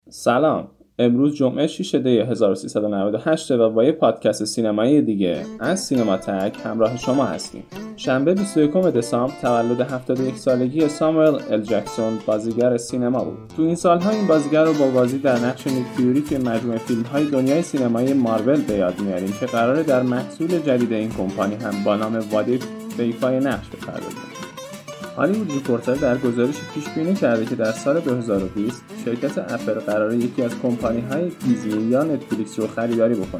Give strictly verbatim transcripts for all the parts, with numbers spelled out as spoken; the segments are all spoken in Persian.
سلام. امروز جمعه شش دی هزار و سیصد و نود و هشت و با یه پادکست سینمایی دیگه از سینما تک همراه شما هستیم. شنبه بیست و یکم دسامبر تولد هفتاد و یک سالگی ساموئل ال جکسون بازیگر سینما بود. تو این سالها این بازیگر رو با بازی در نقش نیک فیوری توی مجموعه فیلم‌های دنیای سینمایی مارول به یاد میاریم که قراره در محصول جدید این کمپانی هم با نام وادیف به ایفای نقش بپردازه. هالیوود ریپورتر در گزارشی پیش بینی کرده که در سال دو هزار و بیست شرکت اپل قراره یکی از کمپانی‌های دیزنی یا نتفلیکس رو خریداری بکنه.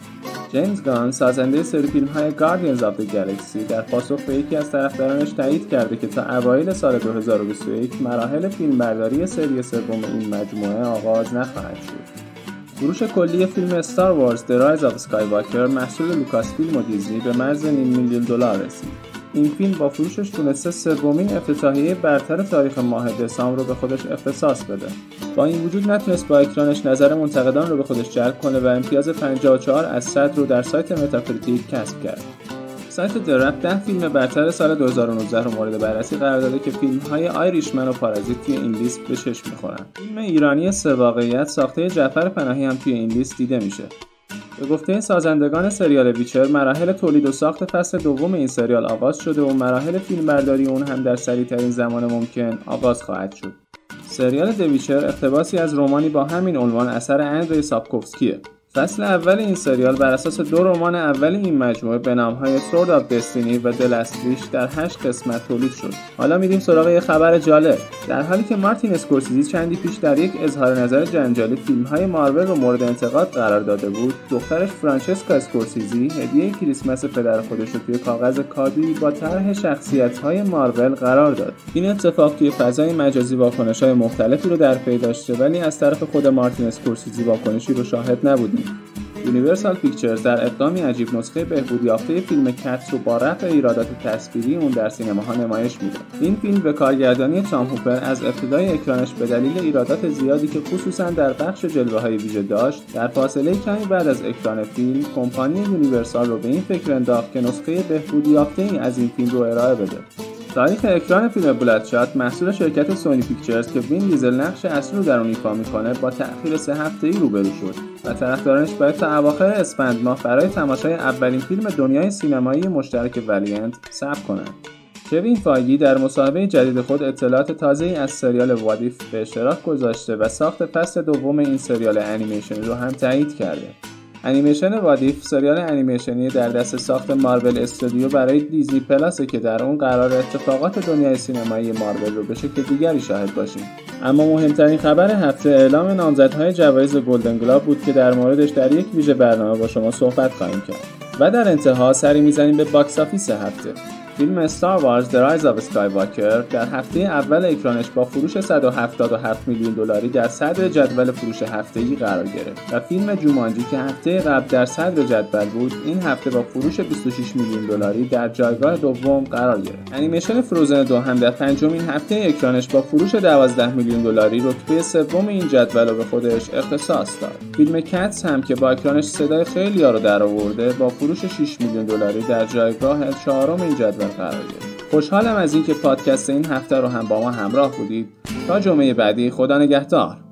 جیمز گان سازنده سری فیلم‌های گاردینز آف دی گالاکسی در پاسخ به یکی از طرفدارانش تایید کرده که تا اوایل سال دو هزار و بیست و یک مراحل فیلمبرداری سری سوم این مجموعه آغاز نخواهد شد. فروش کلی فیلم استار وارز The Rise of Skywalker محصول لوکاس فیلم و دیزنی به مرز نیم میلیون دلار رسید. این فیلم با فروشش تونسته سومین افتتاحیه برتر تاریخ ماه دسامبر رو به خودش اختصاص بده. با این وجود نتونست با اکرانش نظر منتقدان رو به خودش جلب کنه و امتیاز پنجاه و چهار از صد رو در سایت متاکریتیک کسب کرد. سایت درپ ده فیلم برتر سال دو هزار و نوزده رو مورد بررسی قرار داده که فیلم‌های آیریشمن و پارازیت توی این لیست به چشم می‌خورن. فیلم ایرانی سه واقعیت ساخته جعفر پناهی هم توی این لیست دیده میشه. به گفته سازندگان سریال ویچر، مراحل تولید و ساخت فصل دوم این سریال آغاز شده و مراحل فیلمبرداری اون هم در سریع‌ترین زمان ممکن آغاز خواهد شد. سریال دویچر اقتباسی از رمانی با همین عنوان اثر اندری ساپکوفسکیه. فصل اول این سریال بر اساس دو رمان اول این مجموعه به نام‌های سورد آف دستینی و د لاست ویش در هشت قسمت تولید شد. حالا میریم سراغ یه خبر جالب. در حالی که مارتین اسکورسیزی چندی پیش در یک اظهار نظر جنجالی فیلم‌های مارول رو مورد انتقاد قرار داده بود، دخترش فرانچسکا اسکورسیزی هدیه کریسمس پدر خودش رو توی کاغذ کادویی با طرح شخصیت‌های مارول قرار داد. این اتفاق توی فضای مجازی واکنش‌های مختلفی رو در پی داشته، ولی از طرف خود مارتین اسکورسیزی واکنشی رو شاهد نبودیم. یونیورسال پیکچرز در اقدامی عجیب نسخه بهبود یافته فیلم کتس رو با رفع ایرادات تصویری اون در سینماها نمایش میده. این فیلم به کارگردانی تام هوپر از ابتدای اکرانش به دلیل ایرادات زیادی که خصوصا در بخش جلوه‌های ویژه داشت، در فاصله کمی بعد از اکران فیلم کمپانی یونیورسال رو به این فکر انداخت که نسخه بهبود یافته‌ای از این فیلم رو ارائه بده. تاریخ اکران فیلم بلادشات محصول شرکت سونی پیکچرز که وین دیزل نقش اصلی رو در اون ایفا میکنه با تأخیر سه هفته‌ای روبرو شد و طرفدارانش باید تا اواخر اسفند ماه برای تماشای اولین فیلم دنیای سینمایی مشترک ولیانت صبر کنند. کوین فایگی در مصاحبه جدید خود اطلاعات تازه‌ای از سریال وادیف به اشتراک گذاشته و ساخت فصل دوم این سریال انیمیشنی رو هم تایید کرده. انیمیشن وادیف سریال انیمیشنی در دست ساخت مارول استودیو برای دیزنی پلاسه که در اون قرار اتفاقات دنیای سینمایی مارول رو به شکل دیگری شاهد باشیم. اما مهمترین خبر هفته اعلام نامزدهای جوایز گلدن گلاب بود که در موردش در یک ویژه برنامه با شما صحبت خواهیم کرد. و در انتها سری میزنیم به باکس آفیس هفته. فیلم استار وارز The Rise of Skywalker در هفته اول اکرانش با فروش صد و هفتاد و هفت میلیون دلاری در صدر جدول فروش هفته‌ای قرار گرفت و فیلم جومانجی که هفته قبل در صدر جدول بود، این هفته با فروش بیست و شش میلیون دلاری در جایگاه دوم قرار گرفت. انیمیشن فروزن دو هم در پنجمین هفته اکرانش با فروش دوازده میلیون دلاری رتبه سوم این جدول رو به خودش اختصاص داد. فیلم کتس هم که با اکرانش صدای خیلی‌ها رو درآورده با فروش شش میلیون دلاری در جایگاه چهارم این جدول قرار گرفت. خوشحالم از اینکه پادکست این هفته رو هم با ما همراه بودید. تا جمعه بعدی، خدا نگهدار.